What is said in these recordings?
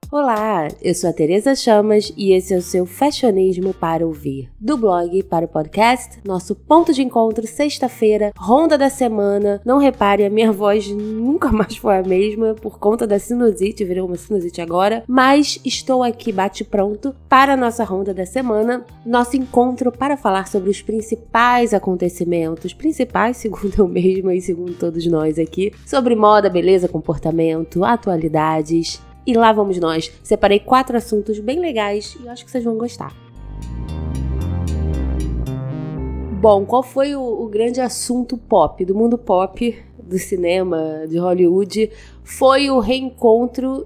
Olá, eu sou a Tereza Chamas e esse é o seu Fashionismo para ouvir. Do blog para o podcast, nosso ponto de encontro, sexta-feira, ronda da semana. Não repare, a minha voz nunca mais foi a mesma por conta da sinusite, virou uma sinusite agora. Mas estou aqui bate-pronto para a nossa ronda da semana, nosso encontro para falar sobre os principais acontecimentos, principais segundo eu mesma e segundo todos nós aqui, sobre moda, beleza, comportamento, atualidades. E lá vamos nós. Separei 4 assuntos bem legais e eu acho que vocês vão gostar. Bom, qual foi o grande assunto pop, do mundo pop, do cinema, de Hollywood? Foi o reencontro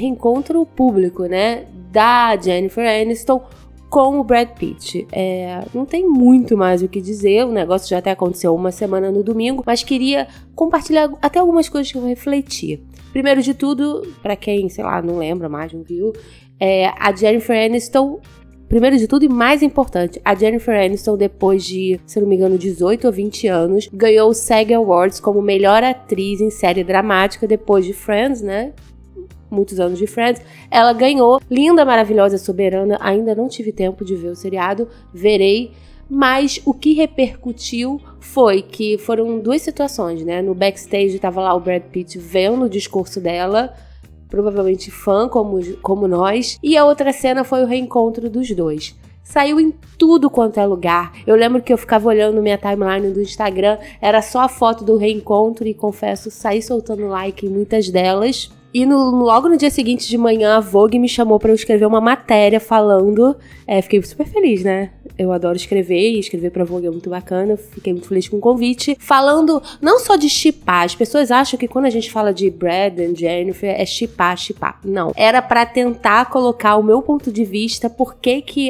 público, né, da Jennifer Aniston com o Brad Pitt. Não tem muito mais o que dizer, o negócio já até aconteceu uma semana no domingo, mas queria compartilhar até algumas coisas que eu refleti. Primeiro de tudo, pra quem, sei lá, não lembra mais, não viu, a Jennifer Aniston, primeiro de tudo e mais importante, a Jennifer Aniston, depois de, se não me engano, 18 ou 20 anos, ganhou o SAG Awards como melhor atriz em série dramática depois de Friends, né? Muitos anos de Friends, ela ganhou, linda, maravilhosa, soberana, ainda não tive tempo de ver o seriado, verei, mas o que repercutiu foi que foram 2 situações, né? No backstage tava lá o Brad Pitt vendo o discurso dela, provavelmente fã como nós, e a outra cena foi o reencontro dos dois. Saiu em tudo quanto é lugar. Eu lembro que eu ficava olhando minha timeline do Instagram, era só a foto do reencontro e, confesso, saí soltando like em muitas delas. E logo no dia seguinte de manhã, a Vogue me chamou pra eu escrever uma matéria falando... fiquei super feliz, né? Eu adoro escrever, e escrever pra Vogue é muito bacana. Fiquei muito feliz com o convite. Falando não só de shippar. As pessoas acham que quando a gente fala de Brad e Jennifer, é shippar. Não. Era pra tentar colocar o meu ponto de vista, por que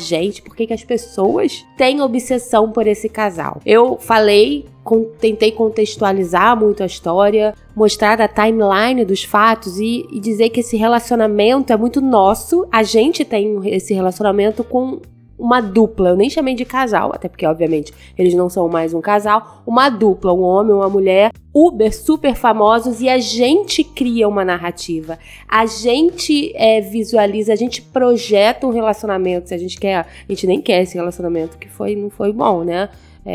as pessoas têm obsessão por esse casal. Eu tentei contextualizar muito a história, mostrar a timeline dos fatos e dizer que esse relacionamento é muito nosso. A gente tem esse relacionamento com uma dupla, eu nem chamei de casal, até porque, obviamente, eles não são mais um casal, uma dupla, um homem e uma mulher, super famosos, e a gente cria uma narrativa, a gente visualiza, a gente projeta um relacionamento, se a gente quer, a gente nem quer esse relacionamento que não foi bom, né?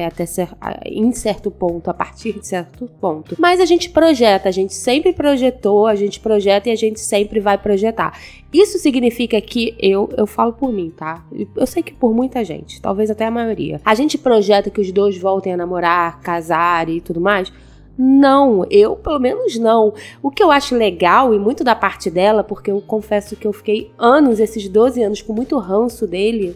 Em certo ponto, a partir de certo ponto. Mas a gente projeta, a gente sempre projetou, a gente projeta e a gente sempre vai projetar. Isso significa que eu falo por mim, tá? Eu sei que por muita gente, talvez até a maioria. A gente projeta que os dois voltem a namorar, casar e tudo mais? Não, eu pelo menos não. O que eu acho legal, e muito da parte dela, porque eu confesso que eu fiquei esses 12 anos com muito ranço dele,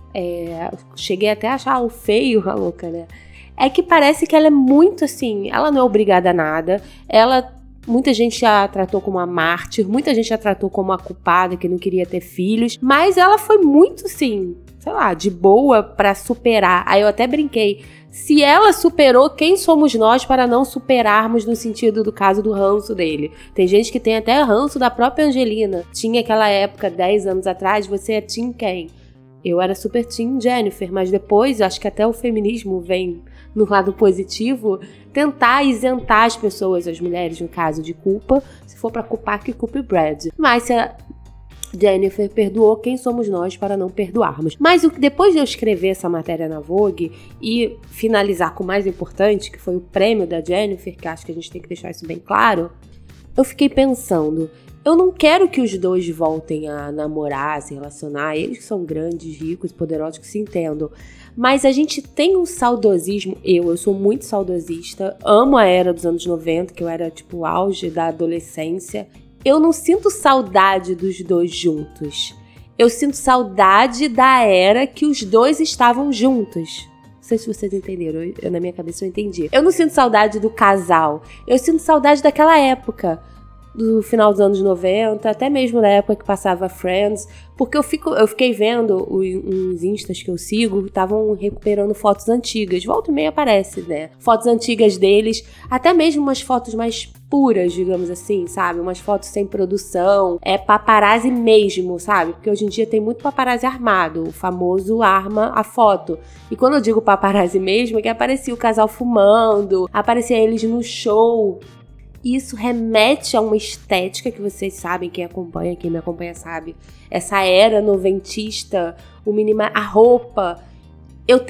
cheguei até a achar feio a louca, né? É que parece que ela é muito assim, ela não é obrigada a nada, muita gente a tratou como uma mártir, muita gente a tratou como uma culpada que não queria ter filhos, mas ela foi muito assim, sei lá, de boa pra superar. Aí eu até brinquei, se ela superou, quem somos nós para não superarmos, no sentido do caso do ranço dele? Tem gente que tem até ranço da própria Angelina. Tinha aquela época, 10 anos atrás, você é team quem? Eu era super team Jennifer, mas depois, acho que até o feminismo vem no lado positivo, tentar isentar as pessoas, as mulheres, no caso, de culpa. Se for pra culpar, que culpe Brad. Mas se a Jennifer perdoou, quem somos nós para não perdoarmos? Mas depois de eu escrever essa matéria na Vogue e finalizar com o mais importante, que foi o prêmio da Jennifer, que acho que a gente tem que deixar isso bem claro, eu fiquei pensando... Eu não quero que os dois voltem a namorar, a se relacionar. Eles que são grandes, ricos, poderosos, que se entendam. Mas a gente tem um saudosismo. Eu sou muito saudosista. Amo a era dos anos 90, que eu era tipo o auge da adolescência. Eu não sinto saudade dos dois juntos. Eu sinto saudade da era que os dois estavam juntos. Não sei se vocês entenderam. Na minha cabeça eu entendi. Eu não sinto saudade do casal. Eu sinto saudade daquela época. Do final dos anos 90, até mesmo da época que passava Friends, porque eu fiquei vendo uns instas que eu sigo, estavam recuperando fotos antigas, volta e meia aparece, né? Fotos antigas deles, até mesmo umas fotos mais puras, digamos assim, sabe? Umas fotos sem produção, paparazzi mesmo, sabe? Porque hoje em dia tem muito paparazzi armado, o famoso arma a foto. E quando eu digo paparazzi mesmo, é que aparecia o casal fumando, aparecia eles no show. Isso remete a uma estética que vocês sabem, quem me acompanha sabe. Essa era noventista, a roupa. Eu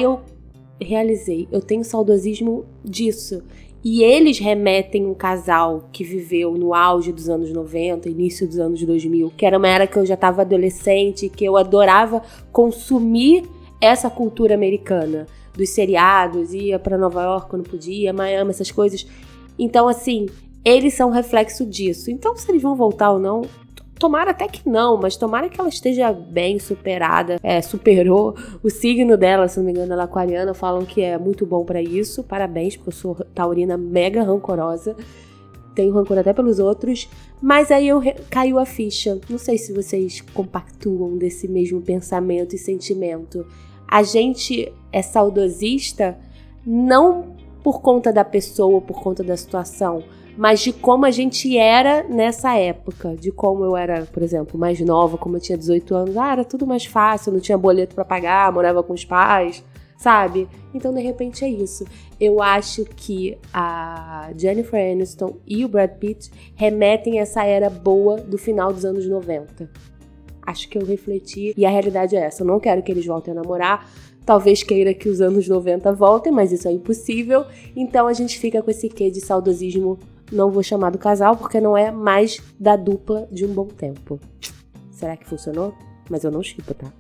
tenho saudosismo disso. E eles remetem um casal que viveu no auge dos anos 90, início dos anos 2000, que era uma era que eu já estava adolescente, que eu adorava consumir essa cultura americana, dos seriados, ia para Nova York quando podia, Miami, essas coisas. Então, assim, eles são reflexo disso. Então, se eles vão voltar ou não, tomara até que não, mas tomara que ela esteja bem superada, superou o signo dela, se não me engano, ela é aquariana, falam que é muito bom pra isso, parabéns, porque eu sou taurina mega rancorosa, tenho rancor até pelos outros, mas aí caiu a ficha. Não sei se vocês compactuam desse mesmo pensamento e sentimento. A gente é saudosista não por conta da pessoa ou por conta da situação, mas de como a gente era nessa época, de como eu era, por exemplo, mais nova, como eu tinha 18 anos, era tudo mais fácil, não tinha boleto pra pagar, morava com os pais, sabe? Então, de repente, é isso. Eu acho que a Jennifer Aniston e o Brad Pitt remetem a essa era boa do final dos anos 90. Acho que eu refleti, e a realidade é essa, eu não quero que eles voltem a namorar, talvez queira que os anos 90 voltem, mas isso é impossível. Então a gente fica com esse quê de saudosismo, não vou chamar do casal, porque não é mais da dupla de um bom tempo. Será que funcionou? Mas eu não chipo, tá?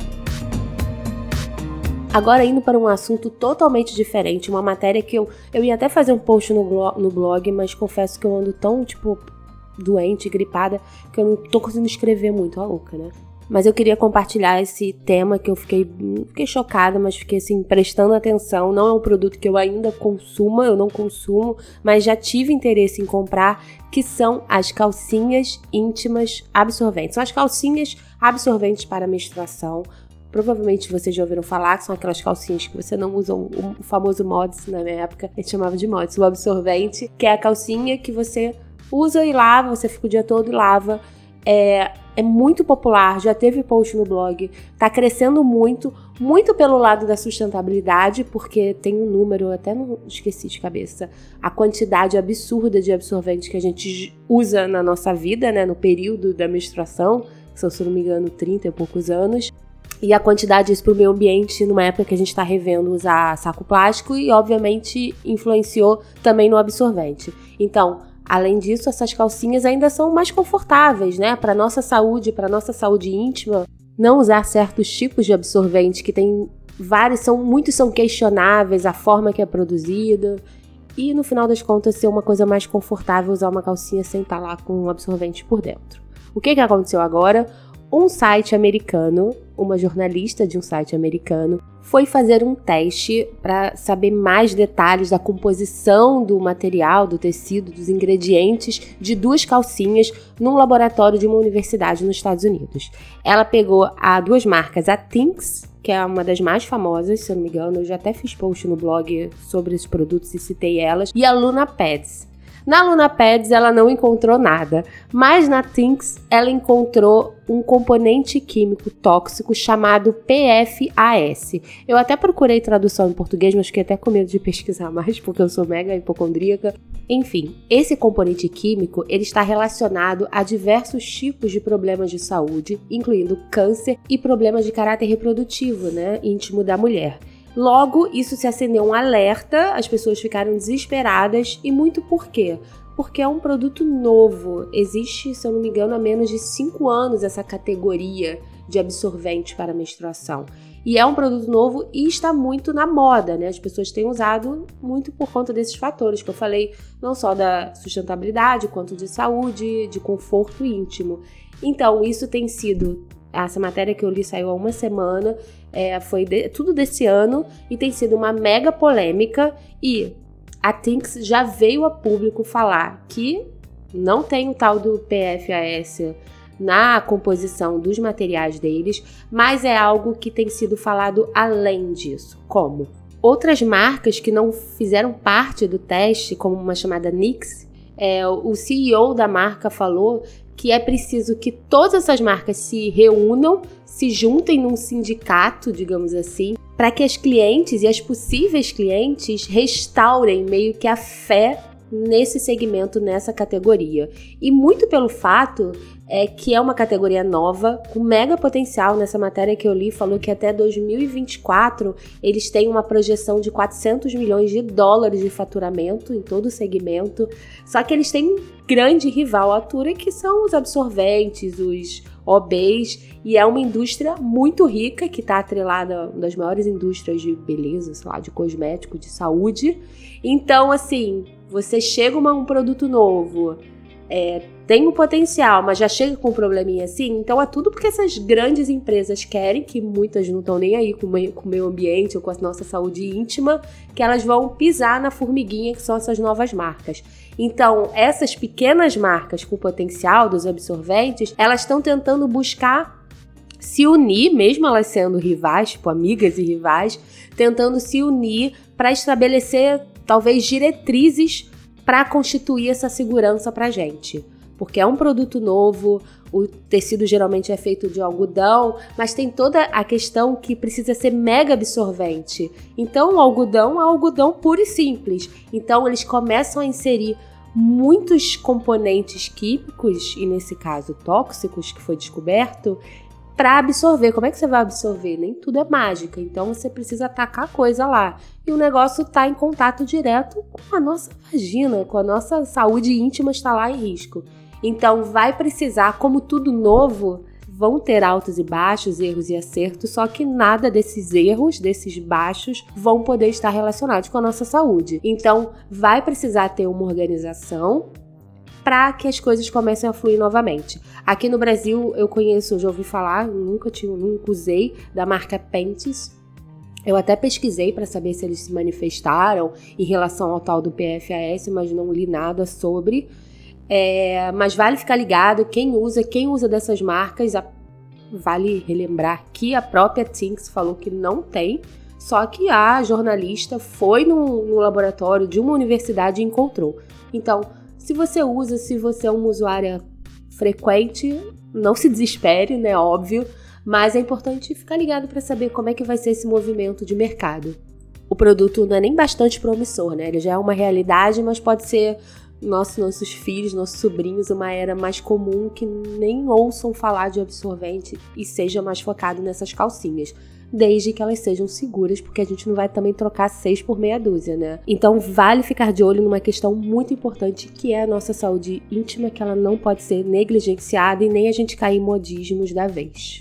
Agora indo para um assunto totalmente diferente, uma matéria que eu ia até fazer um post no blog, mas confesso que eu ando tão, doente, gripada, que eu não tô conseguindo escrever muito, a louca, né? Mas eu queria compartilhar esse tema que eu fiquei chocada, mas fiquei assim, prestando atenção. Não é um produto que eu ainda eu não consumo, mas já tive interesse em comprar, que são as calcinhas íntimas absorventes. São as calcinhas absorventes para menstruação. Provavelmente vocês já ouviram falar, que são aquelas calcinhas que você não usa, o famoso mods, na minha época, a gente chamava de mods, o absorvente, que é a calcinha que você usa e lava, você fica o dia todo e lava. É muito popular, já teve post no blog, tá crescendo muito pelo lado da sustentabilidade, porque tem um número, eu até não esqueci de cabeça, a quantidade absurda de absorventes que a gente usa na nossa vida, né, no período da menstruação, que são, se não me engano, 30 e poucos anos, e a quantidade disso pro meio ambiente numa época que a gente tá revendo usar saco plástico e, obviamente, influenciou também no absorvente. Então, além disso, essas calcinhas ainda são mais confortáveis, né? Para nossa saúde íntima, não usar certos tipos de absorvente que tem vários, muitos são questionáveis, a forma que é produzida. E no final das contas, ser uma coisa mais confortável usar uma calcinha sem estar lá com um absorvente por dentro. O que aconteceu agora? Um site americano, uma jornalista de um site americano, foi fazer um teste para saber mais detalhes da composição do material, do tecido, dos ingredientes de 2 calcinhas num laboratório de uma universidade nos Estados Unidos. Ela pegou duas marcas, a Thinx, que é uma das mais famosas, se eu não me engano, eu já até fiz post no blog sobre esses produtos e citei elas, e a Luna Pads. Na Luna Pads ela não encontrou nada, mas na Thinx ela encontrou um componente químico tóxico chamado PFAS. Eu até procurei tradução em português, mas fiquei até com medo de pesquisar mais, porque eu sou mega hipocondríaca. Enfim, esse componente químico ele está relacionado a diversos tipos de problemas de saúde, incluindo câncer e problemas de caráter reprodutivo, né, íntimo da mulher. Logo, isso se acendeu um alerta, as pessoas ficaram desesperadas e muito por quê? Porque é um produto novo, existe, se eu não me engano, há menos de 5 anos essa categoria de absorvente para menstruação. E é um produto novo e está muito na moda, né? As pessoas têm usado muito por conta desses fatores que eu falei, não só da sustentabilidade, quanto de saúde, de conforto íntimo. Então, isso tem sido... Essa matéria que eu li saiu há uma semana, foi tudo desse ano e tem sido uma mega polêmica e a Thinx já veio a público falar que não tem o tal do PFAS na composição dos materiais deles, mas é algo que tem sido falado além disso. Como? Outras marcas que não fizeram parte do teste, como uma chamada NYX, o CEO da marca falou que é preciso que todas essas marcas se reúnam, se juntem num sindicato, digamos assim, para que as clientes e as possíveis clientes restaurem meio que a fé nesse segmento, nessa categoria. E muito pelo fato que é uma categoria nova, com mega potencial. Nessa matéria que eu li, falou que até 2024 eles têm uma projeção de 400 milhões de dólares de faturamento em todo o segmento. Só que eles têm um grande rival à altura, que são os absorventes, os OBs, e é uma indústria muito rica, que está atrelada a uma das maiores indústrias de beleza, sei lá, de cosmético, de saúde. Então, assim, você chega um produto novo, tem um potencial, mas já chega com um probleminha assim, então é tudo porque essas grandes empresas querem, que muitas não estão nem aí com o meio ambiente ou com a nossa saúde íntima, que elas vão pisar na formiguinha, que são essas novas marcas. Então, essas pequenas marcas com potencial dos absorventes, elas estão tentando buscar se unir, mesmo elas sendo rivais, tipo amigas e rivais, tentando se unir para estabelecer, talvez, diretrizes para constituir essa segurança para a gente. Porque é um produto novo, o tecido geralmente é feito de algodão, mas tem toda a questão que precisa ser mega absorvente. Então o algodão é algodão puro e simples. Então eles começam a inserir muitos componentes químicos, e nesse caso tóxicos, que foi descoberto, para absorver. Como é que você vai absorver? Nem tudo é mágica, então você precisa tacar coisa lá. E o negócio está em contato direto com a nossa vagina, com a nossa saúde íntima, está lá em risco. Então vai precisar, como tudo novo, vão ter altos e baixos, erros e acertos, só que nada desses erros, desses baixos, vão poder estar relacionados com a nossa saúde. Então vai precisar ter uma organização para que as coisas comecem a fluir novamente. Aqui no Brasil eu conheço, já ouvi falar, nunca usei, da marca Pentes. Eu até pesquisei para saber se eles se manifestaram em relação ao tal do PFAS, mas não li nada sobre. Mas vale ficar ligado, quem usa dessas marcas, vale relembrar que a própria Tinks falou que não tem, só que a jornalista foi no laboratório de uma universidade e encontrou. Então, se você é uma usuária frequente, não se desespere, né, óbvio, mas é importante ficar ligado para saber como é que vai ser esse movimento de mercado. O produto não é nem bastante promissor, né, ele já é uma realidade, mas pode ser nossos filhos, nossos sobrinhos, uma era mais comum que nem ouçam falar de absorvente e seja mais focado nessas calcinhas, desde que elas sejam seguras, porque a gente não vai também trocar 6 por meia dúzia, né? Então vale ficar de olho numa questão muito importante, que é a nossa saúde íntima, que ela não pode ser negligenciada e nem a gente cair em modismos da vez.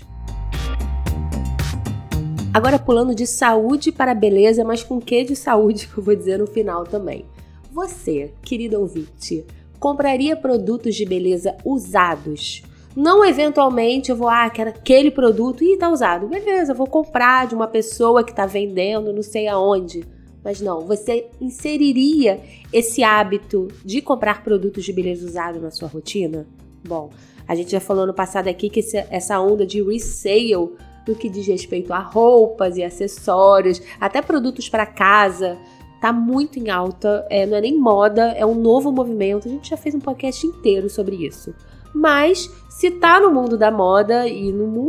Agora pulando de saúde para beleza, mas com que de saúde que eu vou dizer no final também. Você, querido ouvinte, compraria produtos de beleza usados? Não eventualmente eu vou, quero aquele produto e tá usado. Beleza, eu vou comprar de uma pessoa que tá vendendo não sei aonde. Mas não, você inseriria esse hábito de comprar produtos de beleza usado na sua rotina? Bom, a gente já falou no passado aqui que essa onda de resale, no que diz respeito a roupas e acessórios, até produtos para casa, tá muito em alta, não é nem moda, é um novo movimento. A gente já fez um podcast inteiro sobre isso. Mas, se tá no mundo da moda e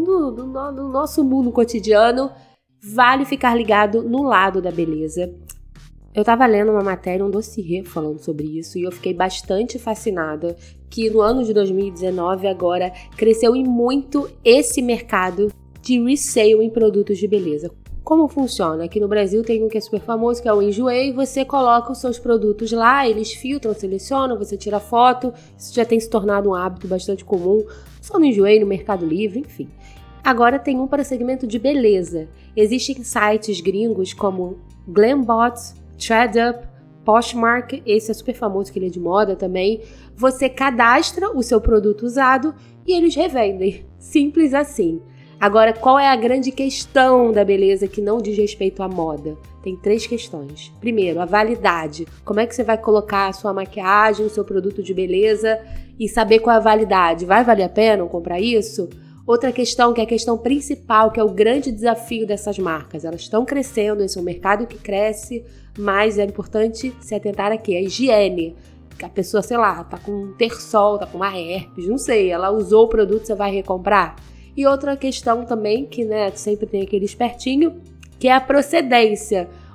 no nosso mundo cotidiano, vale ficar ligado no lado da beleza. Eu tava lendo uma matéria, um dossiê falando sobre isso, e eu fiquei bastante fascinada que no ano de 2019 agora cresceu em muito esse mercado de resale em produtos de beleza. Como funciona? Aqui no Brasil tem um que é super famoso, que é o Enjoei. Você coloca os seus produtos lá, eles filtram, selecionam, você tira foto. Isso já tem se tornado um hábito bastante comum, só no Enjoei, no Mercado Livre, enfim. Agora tem um para segmento de beleza. Existem sites gringos como Glambot, ThredUp, Poshmark, esse é super famoso, que ele é de moda também. Você cadastra o seu produto usado e eles revendem. Simples assim. Agora, qual é a grande questão da beleza que não diz respeito à moda? Tem 3 questões. Primeiro, a validade. Como é que você vai colocar a sua maquiagem, o seu produto de beleza e saber qual é a validade? Vai valer a pena comprar isso? Outra questão, que é a questão principal, que é o grande desafio dessas marcas. Elas estão crescendo, esse é um mercado que cresce, mas é importante se atentar aqui, a higiene. Que a pessoa, sei lá, tá com um terçol, tá com uma herpes, não sei, ela usou o produto, você vai recomprar? E outra questão também, que sempre tem aquele espertinho, que é a procedência.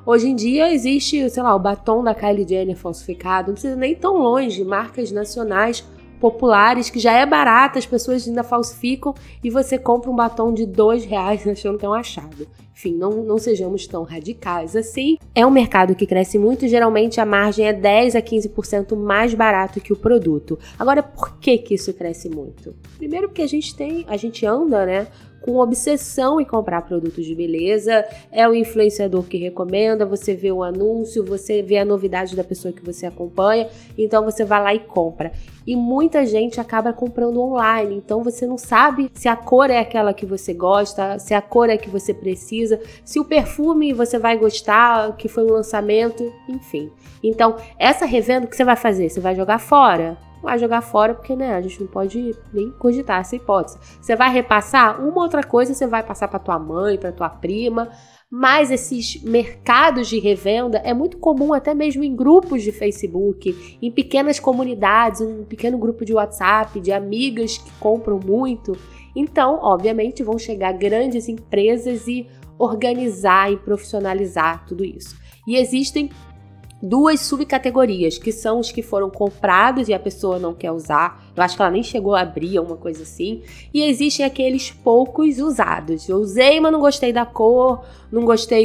Hoje em dia existe, sei lá, o batom da Kylie Jenner falsificado, não precisa nem tão longe, marcas nacionais populares, que já é barata, as pessoas ainda falsificam e você compra um batom de R$2 achando que é um achado. Enfim, não sejamos tão radicais assim. É um mercado que cresce muito, geralmente a margem é 10 a 15% mais barato que o produto. Agora, por que isso cresce muito? Primeiro porque a gente anda, né, com obsessão em comprar produtos de beleza, é o influenciador que recomenda, você vê o anúncio, você vê a novidade da pessoa que você acompanha, então você vai lá e compra. E muita gente acaba comprando online, então você não sabe se a cor é aquela que você gosta, se a cor é que você precisa, se o perfume você vai gostar, que foi um lançamento, enfim. Então, essa revenda, o que você vai fazer? Você vai jogar fora? Vai jogar fora porque, né, a gente não pode nem cogitar essa hipótese. Você vai repassar? Uma outra coisa você vai passar para tua mãe, para tua prima, mas esses mercados de revenda é muito comum até mesmo em grupos de Facebook, em pequenas comunidades, um pequeno grupo de WhatsApp, de amigas que compram muito. Então, obviamente, vão chegar grandes empresas e organizar e profissionalizar tudo isso. E existem duas subcategorias, que são os que foram comprados e a pessoa não quer usar. Eu acho que ela nem chegou a abrir, uma coisa assim. E existem aqueles poucos usados. Eu usei, mas não gostei da cor, não gostei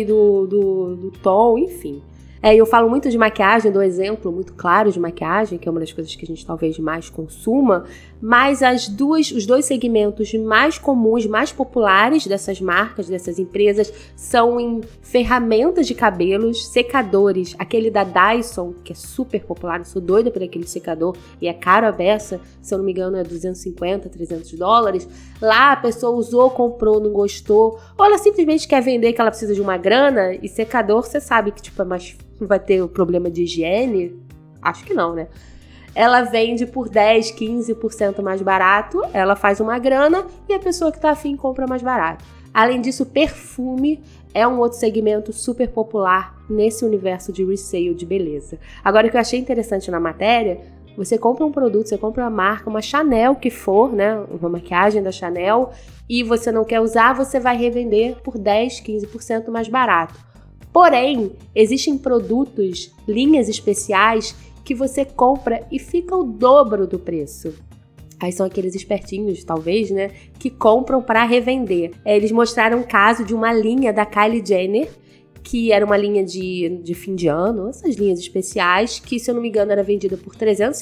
do tom, enfim. Eu falo muito de maquiagem, dou exemplo muito claro de maquiagem, que é uma das coisas que a gente talvez mais consuma, mas os dois segmentos mais comuns, mais populares dessas marcas, dessas empresas, são em ferramentas de cabelos, secadores, aquele da Dyson, que é super popular, eu sou doida por aquele secador, e é caro a beça, se eu não me engano é $250, $300. Lá a pessoa usou, comprou, não gostou, ou ela simplesmente quer vender que ela precisa de uma grana, e secador você sabe que tipo, é mais... Não vai ter o problema de higiene? Acho que não, né? Ela vende por 10, 15% mais barato, ela faz uma grana e a pessoa que tá afim compra mais barato. Além disso, perfume é um outro segmento super popular nesse universo de resale de beleza. Agora, o que eu achei interessante na matéria, você compra um produto, você compra uma marca, uma Chanel que for, né? Uma maquiagem da Chanel, e você não quer usar, você vai revender por 10, 15% mais barato. Porém, existem produtos, linhas especiais, que você compra e fica o dobro do preço. Aí são aqueles espertinhos, talvez, né, que compram para revender. Eles mostraram um caso de uma linha da Kylie Jenner, que era uma linha de fim de ano, essas linhas especiais, que, se eu não me engano, era vendida por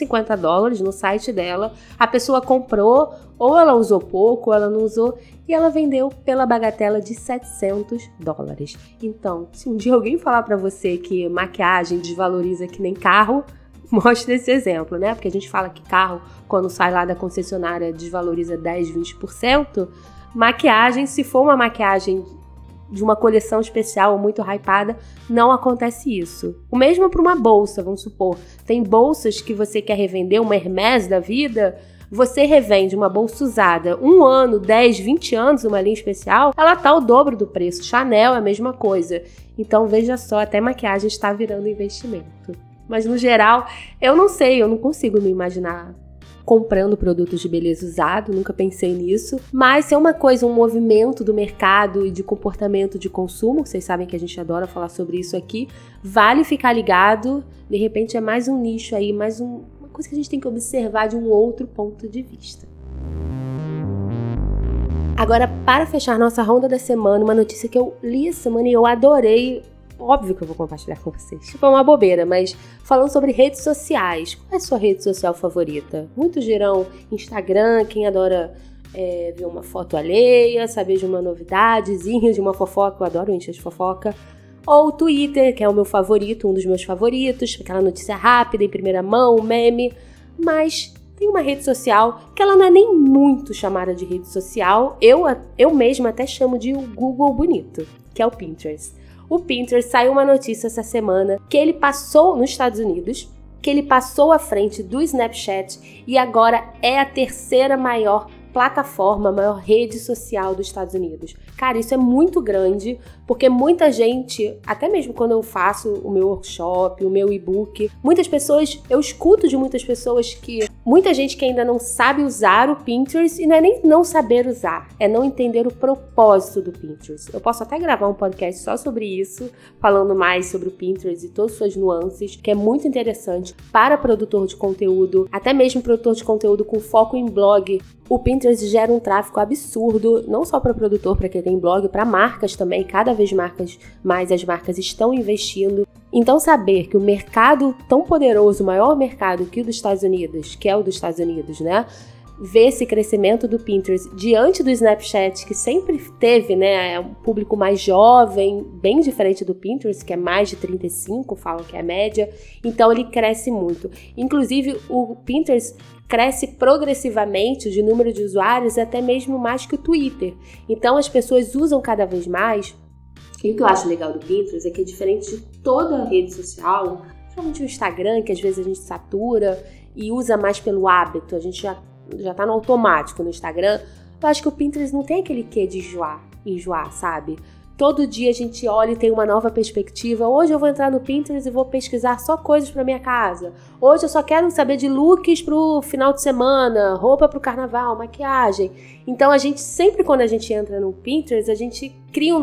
$350 no site dela. A pessoa comprou, ou ela usou pouco, ou ela não usou, e ela vendeu pela bagatela de $700. Então, se um dia alguém falar pra você que maquiagem desvaloriza que nem carro, mostre esse exemplo, né? Porque a gente fala que carro, quando sai lá da concessionária, desvaloriza 10, 20%. Maquiagem, se for uma maquiagem de uma coleção especial muito hypada, não acontece isso. O mesmo para uma bolsa, vamos supor. Tem bolsas que você quer revender, uma Hermès da vida, você revende uma bolsa usada 1 ano, 10, 20 anos, uma linha especial, ela tá o dobro do preço. Chanel é a mesma coisa. Então, veja só, até maquiagem está virando investimento. Mas, no geral, eu não sei, eu não consigo me imaginar comprando produtos de beleza usado, nunca pensei nisso, mas se é uma coisa, um movimento do mercado e de comportamento de consumo, vocês sabem que a gente adora falar sobre isso aqui, vale ficar ligado, de repente é mais um nicho aí, mais uma coisa que a gente tem que observar de um outro ponto de vista. Agora, para fechar nossa ronda da semana, uma notícia que eu li essa semana e eu adorei. Óbvio que eu vou compartilhar com vocês. Tipo, é uma bobeira, mas falando sobre redes sociais. Qual é a sua rede social favorita? Muitos dirão Instagram, quem adora ver uma foto alheia, saber de uma novidadezinha, de uma fofoca, eu adoro encher de fofoca. Ou Twitter, que é o meu favorito, um dos meus favoritos, aquela notícia rápida, em primeira mão, meme. Mas tem uma rede social que ela não é nem muito chamada de rede social. Eu mesma até chamo de Google bonito, que é o Pinterest. O Pinterest saiu uma notícia essa semana que ele passou nos Estados Unidos, que ele passou à frente do Snapchat e agora é a terceira maior plataforma, a maior rede social dos Estados Unidos. Cara, isso é muito grande, porque muita gente, até mesmo quando eu faço o meu workshop, o meu e-book, eu escuto de muitas pessoas muita gente que ainda não sabe usar o Pinterest, e não é nem não saber usar, é não entender o propósito do Pinterest. Eu posso até gravar um podcast só sobre isso, falando mais sobre o Pinterest e todas as suas nuances, que é muito interessante para produtor de conteúdo, até mesmo produtor de conteúdo com foco em blog. O Pinterest gera um tráfego absurdo, não só para produtor, para quem tem blog, para marcas também. Cada vez mais as marcas estão investindo. Então, saber que o mercado tão poderoso, o maior mercado que o dos Estados Unidos, que é o dos Estados Unidos, né? Ver esse crescimento do Pinterest diante do Snapchat, que sempre teve, né, um público mais jovem, bem diferente do Pinterest, que é mais de 35, falam que é a média. Então, ele cresce muito. Inclusive, o Pinterest cresce progressivamente de número de usuários, até mesmo mais que o Twitter. Então, as pessoas usam cada vez mais. E o que eu acho legal do Pinterest é que é diferente de toda a rede social, principalmente o Instagram, que às vezes a gente satura e usa mais pelo hábito, a gente já tá no automático no Instagram. Eu acho que o Pinterest não tem aquele quê de enjoar, sabe? Todo dia a gente olha e tem uma nova perspectiva. Hoje eu vou entrar no Pinterest e vou pesquisar só coisas pra minha casa. Hoje eu só quero saber de looks pro final de semana, roupa pro carnaval, maquiagem. Então a gente sempre, quando a gente entra no Pinterest, a gente cria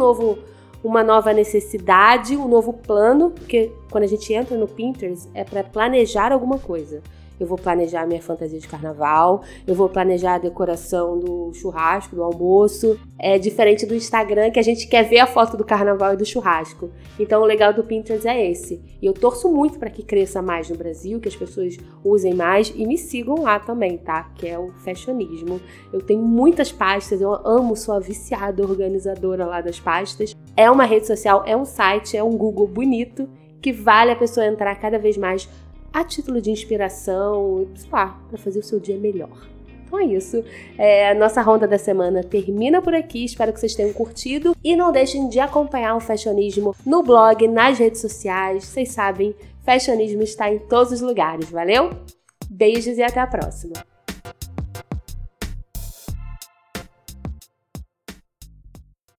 uma nova necessidade, um novo plano, porque quando a gente entra no Pinterest é para planejar alguma coisa. Eu vou planejar minha fantasia de carnaval, eu vou planejar a decoração do churrasco, do almoço. É diferente do Instagram, que a gente quer ver a foto do carnaval e do churrasco. Então o legal do Pinterest é esse. E eu torço muito para que cresça mais no Brasil, que as pessoas usem mais e me sigam lá também, tá? Que é o Fashionismo. Eu tenho muitas pastas, eu amo, sou a viciada organizadora lá das pastas. É uma rede social, é um site, é um Google bonito, que vale a pessoa entrar cada vez mais a título de inspiração, sei lá, para fazer o seu dia melhor. Então é isso. A nossa ronda da semana termina por aqui. Espero que vocês tenham curtido. E não deixem de acompanhar o Fashionismo no blog, nas redes sociais. Vocês sabem, Fashionismo está em todos os lugares. Valeu? Beijos e até a próxima.